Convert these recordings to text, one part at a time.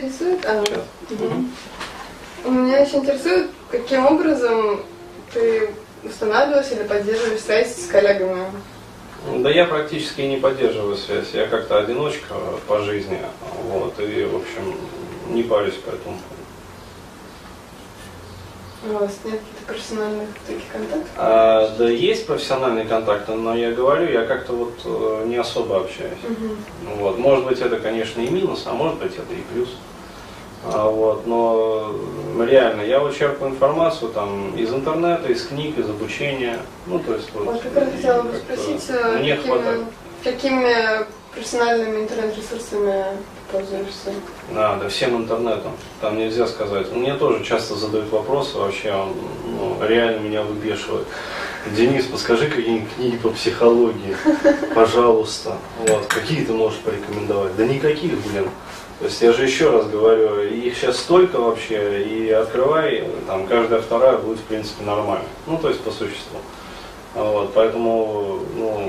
интересует, меня еще интересует, каким образом ты устанавливаешь или поддерживаешь связь с коллегами? Да я практически не поддерживаю связь, я как-то одиночка по жизни, вот, и, в общем, не парюсь по этому поводу. У вас нет каких-то профессиональных таких контактов? Да есть профессиональные контакты, но я говорю, я как-то вот не особо общаюсь. Вот. Может быть это, конечно, и минус, а может быть это и плюс. Вот. Но реально, я вот черпаю информацию там из интернета, из книг, из обучения. Ну, то есть, вот как раз хотела бы спросить, какими профессиональными интернет-ресурсами пользуешься? Да всем интернетом. Там нельзя сказать. Мне тоже часто задают вопросы, вообще он реально меня выбешивает. Денис, подскажи какие-нибудь книги по психологии, пожалуйста. Вот, какие ты можешь порекомендовать? Да никаких, блин. То есть я же еще раз говорю, их сейчас столько вообще, и открывай, там каждая вторая будет в принципе нормально. Ну, то есть по существу. Вот, поэтому,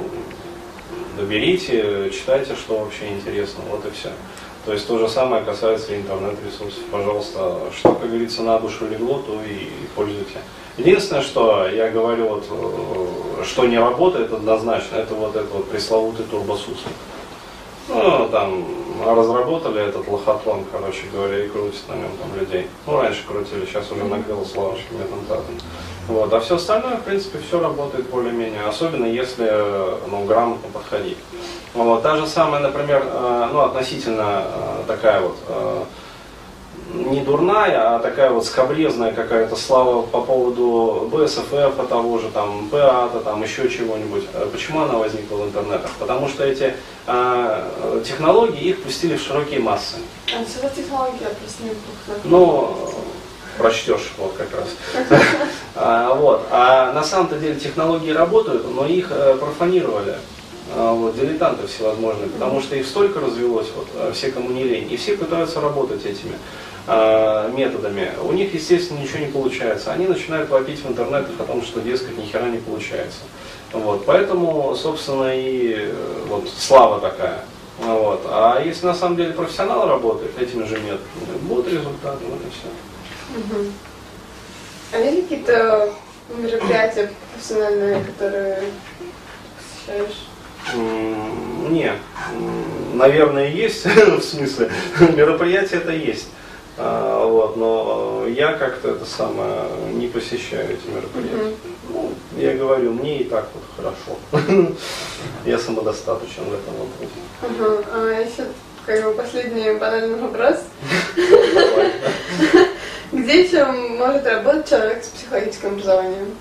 доберите, читайте, что вообще интересно, вот и все. То есть то же самое касается интернет-ресурсов. Пожалуйста, что, как говорится, на душу легло, то и пользуйте. Единственное, что я говорю, что не работает однозначно, это вот пресловутый турбосус. Там разработали этот лохотрон, короче говоря, и крутят на нем там людей. Раньше крутили, сейчас уже накрыло славочким метамтатом. Вот. А все остальное, в принципе, все работает более-менее, особенно если грамотно подходить. Вот. Та же самая, например, относительно такая вот не дурная, а такая вот скабрезная какая-то слава по поводу БСФФ, того же, там, ПАТа, там, еще чего-нибудь. Почему она возникла в интернетах? Потому что эти технологии, их пустили в широкие массы. А что за технологии, я просто не прочтешь, вот как раз. Вот. А на самом-то деле технологии работают, но их профанировали. Дилетанты всевозможные, потому что их столько развелось, все кому не лень, и все пытаются работать этими методами. У них, естественно, ничего не получается. Они начинают вопить в интернетах о том, что, дескать, ни хера не получается. Вот. Поэтому, собственно, и слава такая. Вот. А если на самом деле профессионал работает этими же методами, будут результаты, вот и все. А есть какие-то мероприятия профессиональные, которые посещаешь? Нет, наверное, есть, в смысле, мероприятие это есть, но я как-то это самое не посещаю эти мероприятия. Я говорю, мне и так вот хорошо, я самодостаточен в этом вопросе. А еще последний банальный вопрос. Где еще может работать человек с психологическим образованием?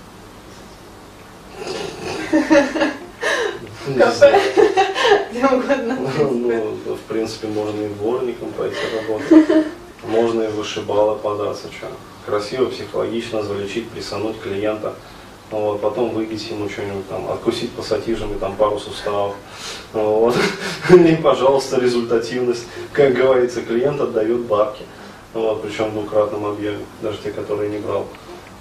Кафе, где угодно. В принципе, можно и дворником пойти работать, можно и в вышибалы податься, что. Красиво, психологично залечить, присануть клиента, потом выбить ему что-нибудь там, откусить пассатижами там пару суставов. И, пожалуйста, результативность. Как говорится, клиент отдает бабки, причем в двукратном объеме, даже те, которые не брал.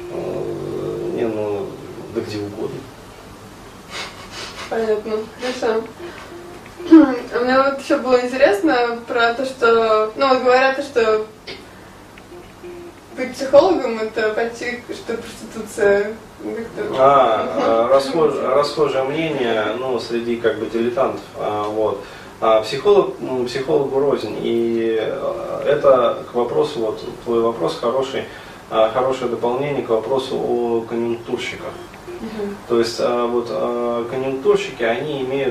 Да где угодно. Понятно, хорошо. А мне еще было интересно про то, что, говорят, что быть психологом это почти что проституция. Расхожее мнение, среди дилетантов. Психологу рознь. И это к вопросу, твой вопрос хорошее дополнение к вопросу о конъюнктурщиках. То есть конъюнктурщики, они имеют,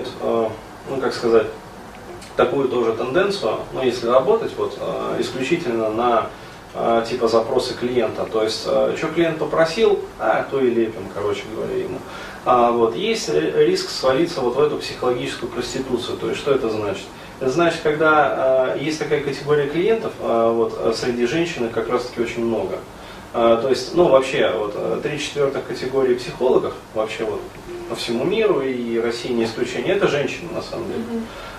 такую тоже тенденцию, если работать исключительно на запросы клиента. То есть, что клиент попросил, то и лепим, короче говоря, ему. Есть риск свалиться в эту психологическую проституцию. То есть, что это значит? Это значит, когда есть такая категория клиентов, среди женщин как раз таки очень много. То есть, вообще, 3/4 категории психологов, вообще по всему миру, и России не исключение, это женщины, на самом деле.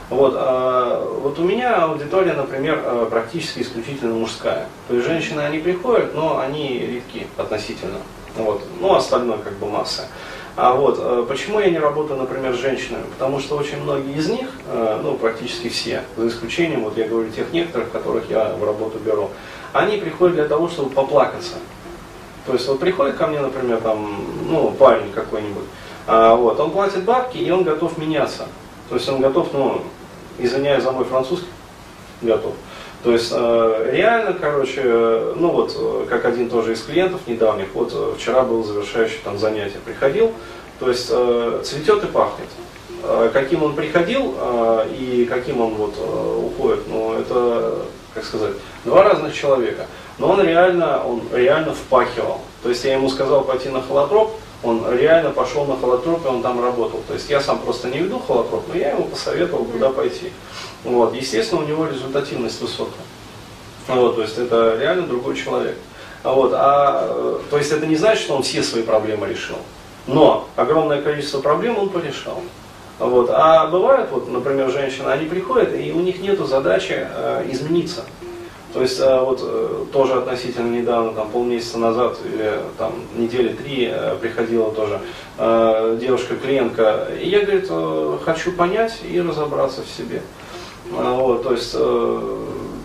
У меня аудитория, например, практически исключительно мужская. То есть, женщины, они приходят, но они редки относительно. Вот. Ну, остальное как бы масса. А вот, почему я не работаю, например, с женщинами? Потому что очень многие из них, ну, практически все, за исключением, вот я говорю, тех некоторых, которых я в работу беру, они приходят для того, чтобы поплакаться. То есть вот приходит ко мне, например, там, ну, парень какой-нибудь, вот, он платит бабки, и он готов меняться. То есть он готов, ну, извиняюсь за мой французский, готов. То есть реально, короче, ну вот, как один тоже из клиентов недавних, вот вчера был завершающий там занятие, приходил, то есть цветет и пахнет. Каким он приходил и каким он вот уходит, ну это, как сказать, два разных человека. Но он реально впахивал. То есть я ему сказал пойти на холотроп, он реально пошел на холотроп, и он там работал. То есть я сам просто не веду холотроп, но я ему посоветовал, куда пойти. Вот. Естественно, у него результативность высокая. Вот, то есть это реально другой человек. Вот. То есть это не значит, что он все свои проблемы решил. Но огромное количество проблем он порешал. Вот. А бывает, вот, например, женщины, они приходят, и у них нет задачи измениться. То есть вот тоже относительно недавно, там полмесяца назад или там недели 3 приходила тоже девушка-клиентка, и я, говорит, хочу понять и разобраться в себе. Вот, то есть, ну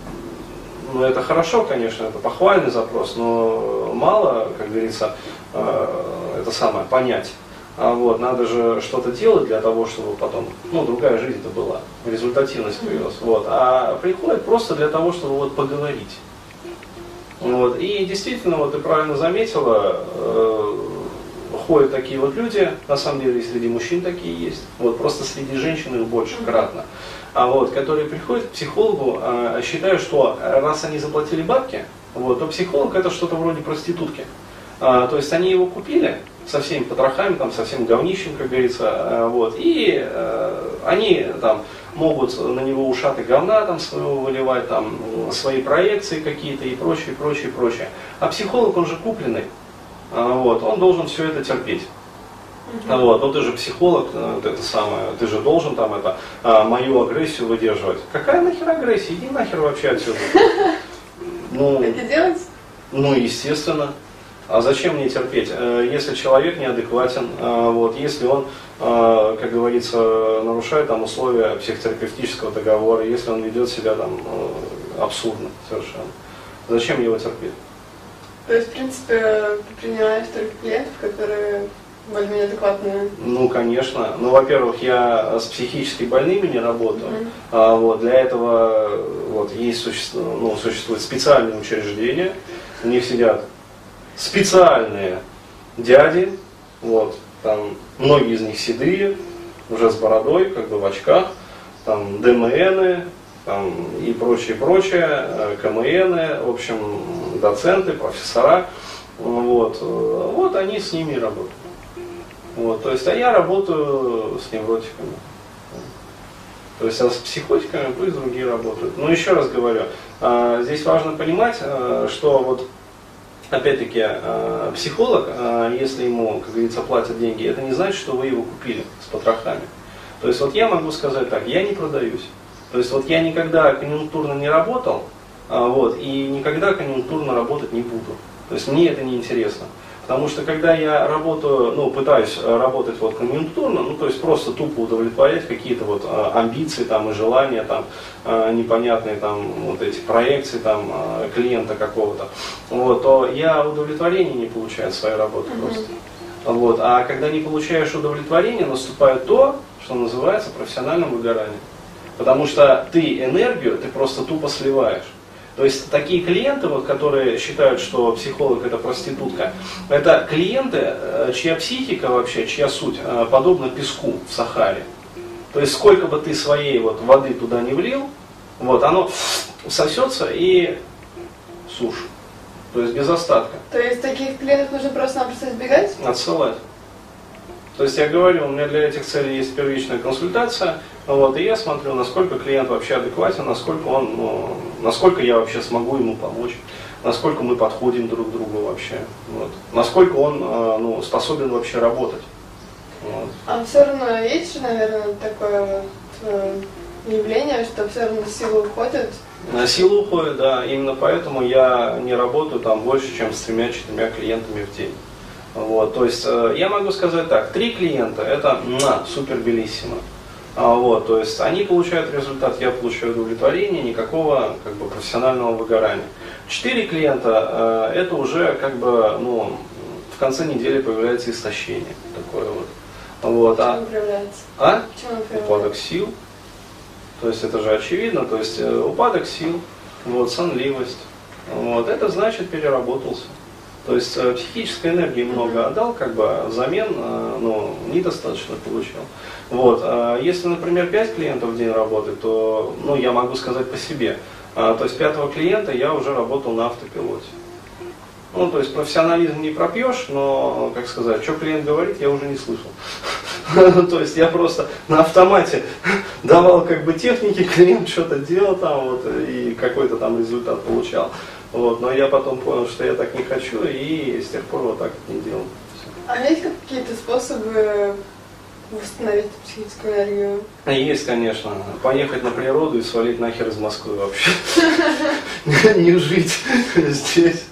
это хорошо, конечно, это похвальный запрос, но мало, как говорится, это самое, понять. Вот, надо же что-то делать для того, чтобы потом, ну, другая жизнь-то была, результативность появилась. Вот, а приходит просто для того, чтобы вот поговорить. Вот, и действительно, вот ты правильно заметила, ходят такие вот люди, на самом деле и среди мужчин такие есть, вот, просто среди женщин их больше кратно. Вот, которые приходят к психологу, считая, что раз они заплатили бабки, вот, то психолог это что-то вроде проститутки. То есть они его купили со всеми потрохами, там, со всем говнищем, как говорится, вот, и они там могут на него ушаты говна там своего выливать, там, свои проекции какие-то и прочее, прочее, прочее. А психолог, он же купленный, вот, он должен все это терпеть. Вот, ну ты же психолог, это самое, ты же должен там это, мою агрессию выдерживать. Какая нахер агрессия? Иди нахер вообще отсюда. Ну, так и делать? Ну, естественно. А зачем мне терпеть? Если человек неадекватен, вот, если он, как говорится, нарушает там условия психотерапевтического договора, если он ведет себя там абсурдно совершенно, зачем его терпеть? То есть, в принципе, ты принимаешь только клиентов, которые более-менее адекватные? Ну, конечно. Ну, во-первых, я с психически больными не работаю. Вот, для этого вот, существуют специальные учреждения, у них сидят специальные дяди, вот, там многие из них седые, уже с бородой, как бы в очках, там ДМНы, там, и прочее, КМНы, в общем, доценты, профессора, вот они с ними работают. Вот, то есть, а я работаю с невротиками. То есть, а с психотиками пусть другие работают. Но еще раз говорю, здесь важно понимать, что вот опять-таки, психолог, если ему, как говорится, платят деньги, это не значит, что вы его купили с потрохами. То есть вот я могу сказать так, я не продаюсь. То есть вот я никогда конъюнктурно не работал, вот, и никогда конъюнктурно работать не буду. То есть мне это не интересно. Потому что когда я работаю, ну, пытаюсь работать вот конъюнктурно, ну, то есть просто тупо удовлетворять какие-то вот амбиции там и желания там, непонятные там вот эти проекции там клиента какого-то, вот, то я удовлетворения не получаю от своей работы просто. Вот, а когда не получаешь удовлетворения, наступает то, что называется профессиональным выгоранием. Потому что ты энергию, ты просто тупо сливаешь. То есть такие клиенты, вот, которые считают, что психолог это проститутка, это клиенты, чья психика вообще, чья суть подобна песку в Сахаре. То есть сколько бы ты своей вот воды туда не влил, вот, оно сосется и сушь. То есть без остатка. То есть таких клиентов нужно просто-напросто избегать? Отсылать. То есть я говорю, у меня для этих целей есть первичная консультация, вот, и я смотрю, насколько клиент вообще адекватен, насколько он, ну, насколько я вообще смогу ему помочь, насколько мы подходим друг к другу вообще, вот, насколько он ну, способен вообще работать. Вот. А все равно есть же, наверное, такое вот явление, что все равно силы уходят? На силу уходит, да, именно поэтому я не работаю там больше, чем с 3-4 клиентами в день. Вот, то есть я могу сказать так, 3 клиента это супер белиссимо. Вот, то есть они получают результат, я получаю удовлетворение, никакого как бы профессионального выгорания. 4 клиента это уже как бы, ну, в конце недели появляется истощение такое вот. Вот, Чем он проявляется? Чем он проявляется? Упадок сил. То есть это же очевидно, то есть упадок сил, вот, сонливость. Вот, это значит переработался. То есть психической энергии много отдал, как бы взамен ну, недостаточно получил. Вот. Если, например, 5 клиентов в день работает, то ну, я могу сказать по себе. То есть 5-го клиента я уже работал на автопилоте. Ну, то есть профессионализм не пропьешь, но, как сказать, что клиент говорит, я уже не слышал. То есть я просто на автомате давал как бы техники, клиент что-то делал там вот, и какой-то там результат получал. Вот, но я потом понял, что я так не хочу, и с тех пор вот так не делал. А есть какие-то способы восстановить психическую энергию? Есть, конечно. Поехать на природу и свалить нахер из Москвы вообще. Не жить здесь.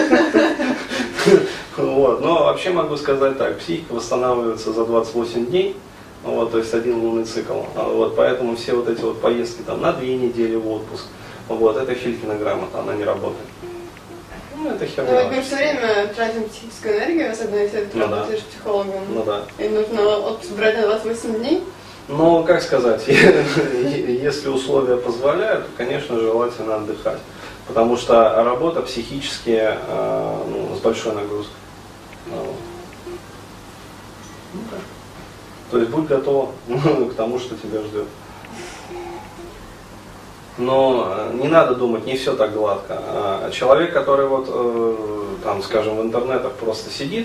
Вот. Но вообще могу сказать так, психика восстанавливается за 28 дней. Вот, то есть один лунный цикл. Вот, поэтому все вот эти вот поездки там, на 2 недели в отпуск, вот, это Филькина грамота, она не работает. Ну, это херня. Ну, мы все время тратим психическую энергию, особенно если ты работаешь психологом. Ну да. И нужно отпуск брать на 28 дней. Ну, как сказать, если условия позволяют, то, конечно, желательно отдыхать. Потому что работа психически ну, с большой нагрузкой. То есть будь готов к тому, что тебя ждет. Но не надо думать, не все так гладко. Человек, который вот, там, скажем, в интернетах просто сидит,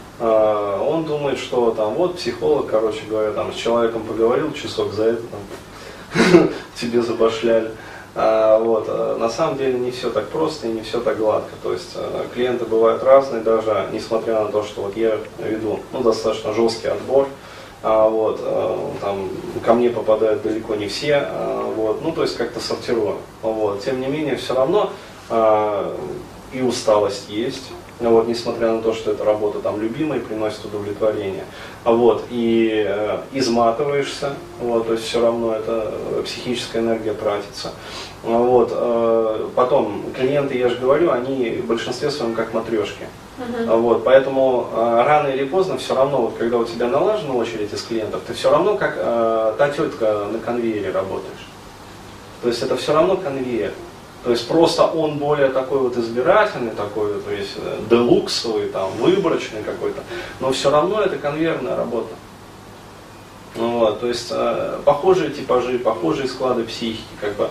он думает, что там вот психолог, короче говоря, там с человеком поговорил часок, за это там тебе забашляли. Вот. На самом деле не все так просто и не все так гладко. То есть клиенты бывают разные, даже несмотря на то, что вот я веду ну, достаточно жесткий отбор. Вот, там, ко мне попадают далеко не все, вот, ну то есть как-то сортирую. Вот. Тем не менее, все равно и усталость есть, вот, несмотря на то, что эта работа там любимая и приносит удовлетворение. Вот, и изматываешься, вот, то есть все равно это психическая энергия тратится. Вот, потом клиенты, я же говорю, они в большинстве своем как матрешки. Вот, поэтому рано или поздно все равно, вот, когда у тебя налажена очередь из клиентов, ты все равно как та тетка на конвейере работаешь. То есть это все равно конвейер. То есть просто он более такой вот избирательный, такой, то есть делуксовый, там, выборочный какой-то, но все равно это конвейерная работа. Вот, то есть похожие типажи, похожие склады психики, как бы,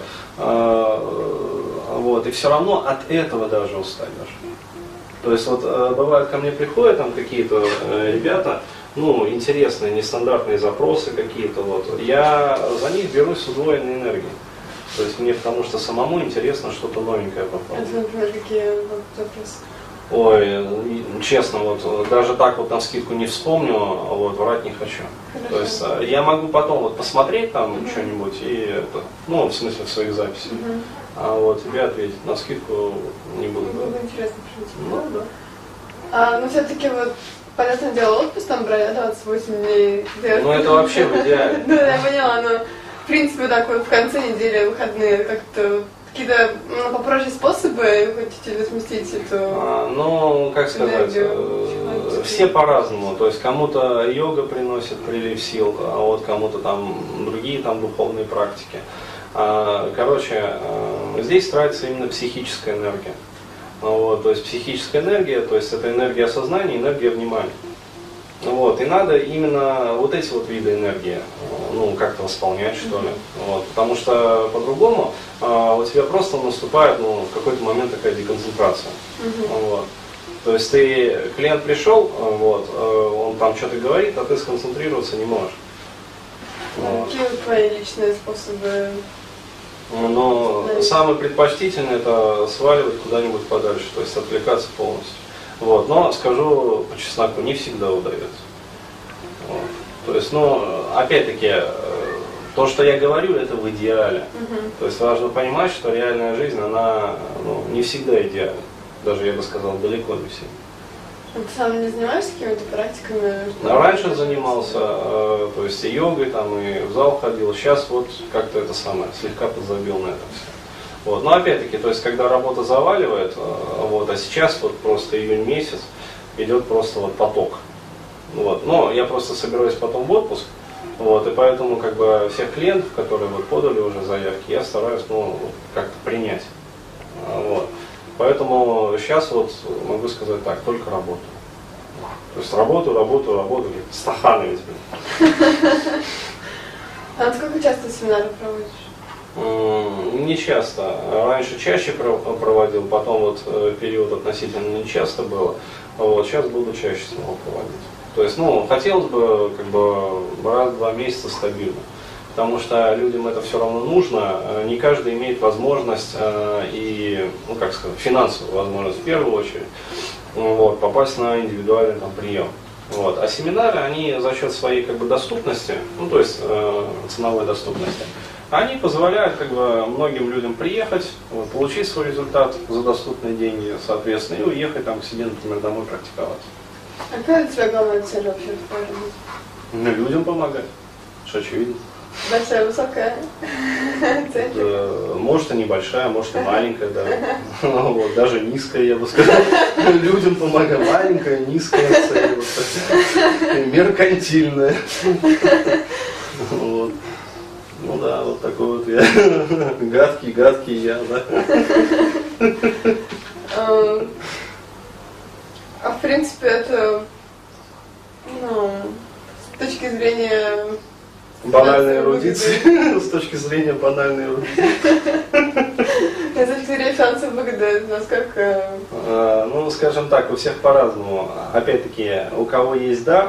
вот, и все равно от этого даже устаешь. То есть вот бывает ко мне приходят там какие-то ребята, ну, интересные, нестандартные запросы какие-то, вот, я за них берусь с удвоенной энергией. То есть мне потому что самому интересно что-то новенькое попробовать. Это, например, какие запросы? Ой, честно, вот даже так вот навскидку не вспомню, вот, врать не хочу. Хорошо. То есть я могу потом вот посмотреть там что-нибудь и это, ну, в смысле в своих записях, а вот тебе ответить навскидку не буду. Было бы интересно Ну да. Но все-таки вот, понятное дело, отпуск там брать, 28 дней. Ну это вообще в идеале. Да, я поняла, но в принципе так вот в конце недели, выходные, как-то какие-то попроще способы вы хотите возместить эту ну, как сказать, все по-разному. То есть кому-то йога приносит прилив сил, а вот кому-то там другие там духовные практики. Короче, здесь тратится именно психическая энергия. Вот, то есть психическая энергия, то есть это энергия сознания, энергия внимания. Вот, и надо именно вот эти вот виды энергии, ну, как-то восполнять, что ли. Вот, потому что по-другому у тебя просто наступает, ну, в какой-то момент такая деконцентрация. Вот. То есть клиент пришел, вот, он там что-то говорит, а ты сконцентрироваться не можешь. Вот. Какие твои личные способы? Но самый предпочтительный это сваливать куда-нибудь подальше, то есть отвлекаться полностью. Вот. Но скажу по чесноку, не всегда удается. Вот. То есть, ну, опять-таки, то, что я говорю, это в идеале. То есть важно понимать, что реальная жизнь, она ну, не всегда идеальна. Даже, я бы сказал, далеко не всегда. А ты сам не занимаешься какими-то практиками? Раньше занимался, то есть и йогой, там, и в зал ходил. Сейчас вот как-то это самое, слегка подзабил на это все. Вот. Но опять-таки, то есть когда работа заваливает, вот, а сейчас вот просто июнь месяц идет просто вот поток. Вот. Но я просто собираюсь потом в отпуск, вот, и поэтому как бы всех клиентов, которые вот подали уже заявки, я стараюсь, ну, как-то принять. Вот. Поэтому сейчас вот могу сказать так, только работаю. То есть работаю, стаханы ведь. А сколько часто семинары проводишь? Не часто. Раньше чаще проводил, потом вот период относительно не часто было. Вот, сейчас буду чаще снова проводить. То есть, ну, хотелось бы как бы раз в 2 месяца стабильно. Потому что людям это все равно нужно. Не каждый имеет возможность и, ну как сказать, финансовую возможность в первую очередь, вот, попасть на индивидуальный там прием. Вот. А семинары, они за счет своей как бы доступности, ну то есть ценовой доступности, они позволяют как бы многим людям приехать, вот, получить свой результат за доступные деньги, соответственно, и уехать там к себе, например, домой практиковать. А какая у тебя главная цель вообще в твоей жизни? Ну, людям помогать, что очевидно. Большая, высокая цель? Может и небольшая, может и маленькая, да. Вот, даже низкая, я бы сказал. Людям помогать. Маленькая, низкая цель. Вот, меркантильная. Вот. Ну да, вот такой вот я. Гадкий я, да. А в принципе это, ну, с точки зрения... Банальные эрудиции, с точки зрения банальной эрудиции. С точки зрения финансовой выгоды, насколько... Ну, скажем так, у всех по-разному. Опять-таки, у кого есть дар,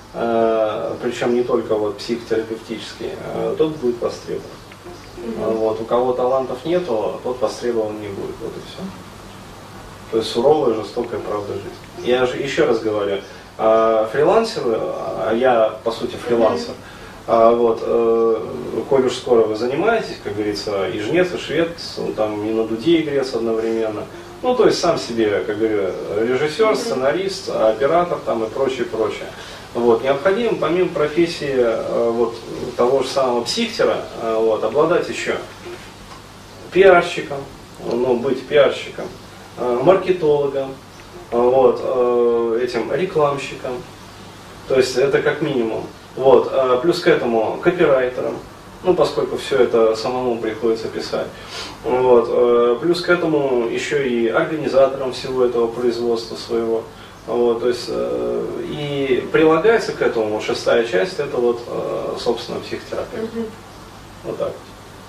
причем не только вот психотерапевтический, тот будет востребован. Вот, у кого талантов нету, тот востребован не будет. Вот и все. То есть суровая, жестокая правда жизни. Я же еще раз говорю, фрилансеры, а я по сути фрилансер, вот, коль уж скоро вы занимаетесь, как говорится, и жнец, и швед, там, и на дуде игрец одновременно, ну, то есть сам себе, как говорю, режиссер, сценарист, оператор там и прочее, прочее. Вот, необходимо, помимо профессии вот, того же самого психтера, вот, обладать еще пиарщиком, ну, быть пиарщиком, маркетологом, вот, этим рекламщиком, то есть это как минимум. Вот, плюс к этому копирайтером, ну, поскольку все это самому приходится писать. Вот, плюс к этому еще и организатором всего этого производства своего. Вот, то есть, и прилагается к этому 6-я часть, это вот, собственно, психотерапия. Вот так.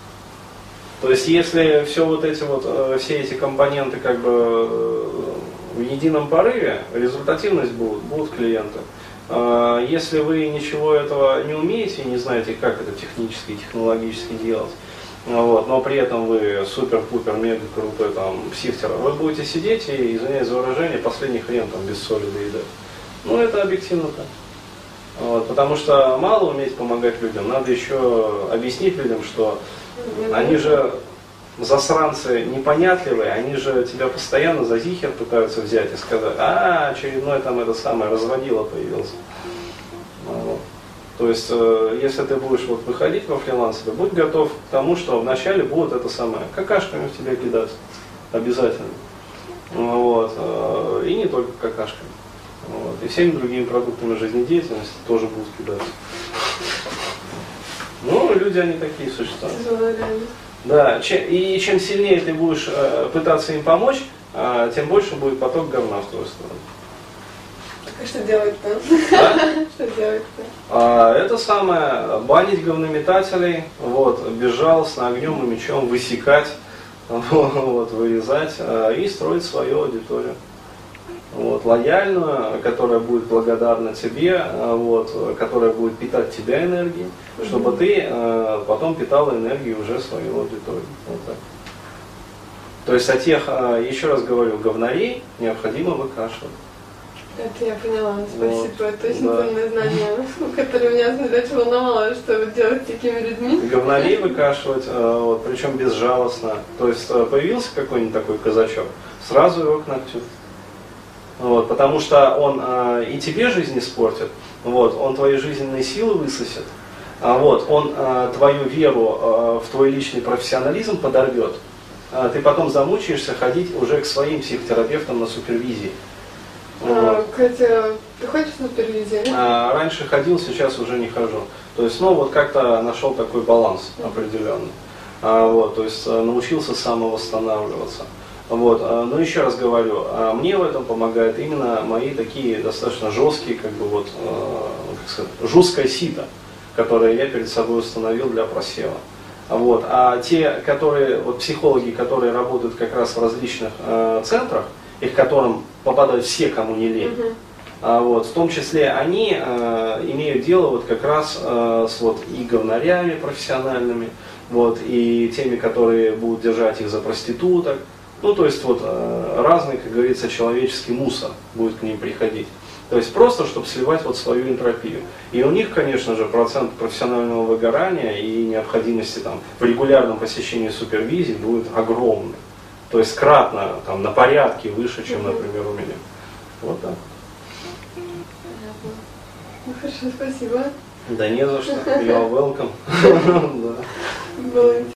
То есть, если все вот эти вот, все эти компоненты как бы в едином порыве, результативность будут клиенты. Если вы ничего этого не умеете, не знаете, как это технически и технологически делать, вот, но при этом вы супер-пупер, мега крутой там психтер, вы будете сидеть и, извиняюсь за выражение, последний хрен там без соли доедать. Ну, это объективно так. Вот, потому что мало уметь помогать людям, надо еще объяснить людям, что они же засранцы непонятливые, они же тебя постоянно за зихер пытаются взять и сказать, очередной там это самое разводило появился. Вот. То есть, если ты будешь вот выходить во фрилансеры, будь готов к тому, что вначале будут это самое, какашками в тебя кидаться, обязательно. Вот. И не только какашками. Вот. И всеми другими продуктами жизнедеятельности тоже будут кидаться. Ну, люди, они такие существа. Да, и чем сильнее ты будешь пытаться им помочь, тем больше будет поток говна в твою сторону. А что делать-то? Да? Что делать-то? Это самое, банить говнометателей, вот, безжалостно огнем и мечом высекать, вот, вырезать и строить свою аудиторию. Вот, лояльную, которая будет благодарна тебе, вот, которая будет питать тебя энергией, чтобы ты потом питала энергией уже свою аудиторию. Вот так. То есть от тех, еще раз говорю, говнарей необходимо выкашивать. Это я поняла, спасибо, Вот, это очень ценное знание, которое меня очень волновало, что делать с такими людьми. Говнарей выкашивать, вот, причем безжалостно. То есть появился какой-нибудь такой казачок, сразу его к ногтю. Вот, потому что он и тебе жизнь испортит, вот, он твои жизненные силы высосет, вот, он твою веру в твой личный профессионализм подорвет. Ты потом замучаешься ходить уже к своим психотерапевтам на супервизии. Вот. Катя, ты ходишь на супервизию? Раньше ходил, сейчас уже не хожу. То есть, ну вот как-то нашел такой баланс определенный. Вот, то есть научился самовосстанавливаться. Вот, но еще раз говорю, мне в этом помогают именно мои такие достаточно жесткие, как бы вот, как сказать, жесткое сито, которое я перед собой установил для просева. Вот. А те, которые, вот психологи, которые работают как раз в различных центрах, и к которым попадают все, кому не лень, вот, в том числе они имеют дело вот как раз с вот и говнарями профессиональными, вот, и теми, которые будут держать их за проституток. Ну, то есть вот разный, как говорится, человеческий мусор будет к ним приходить. То есть просто, чтобы сливать вот свою энтропию. И у них, конечно же, процент профессионального выгорания и необходимости там, в регулярном посещении супервизии будет огромный. То есть кратно, там, на порядке выше, чем, например, у меня. Вот так. Ну хорошо, спасибо. Да не за что. You're welcome. Было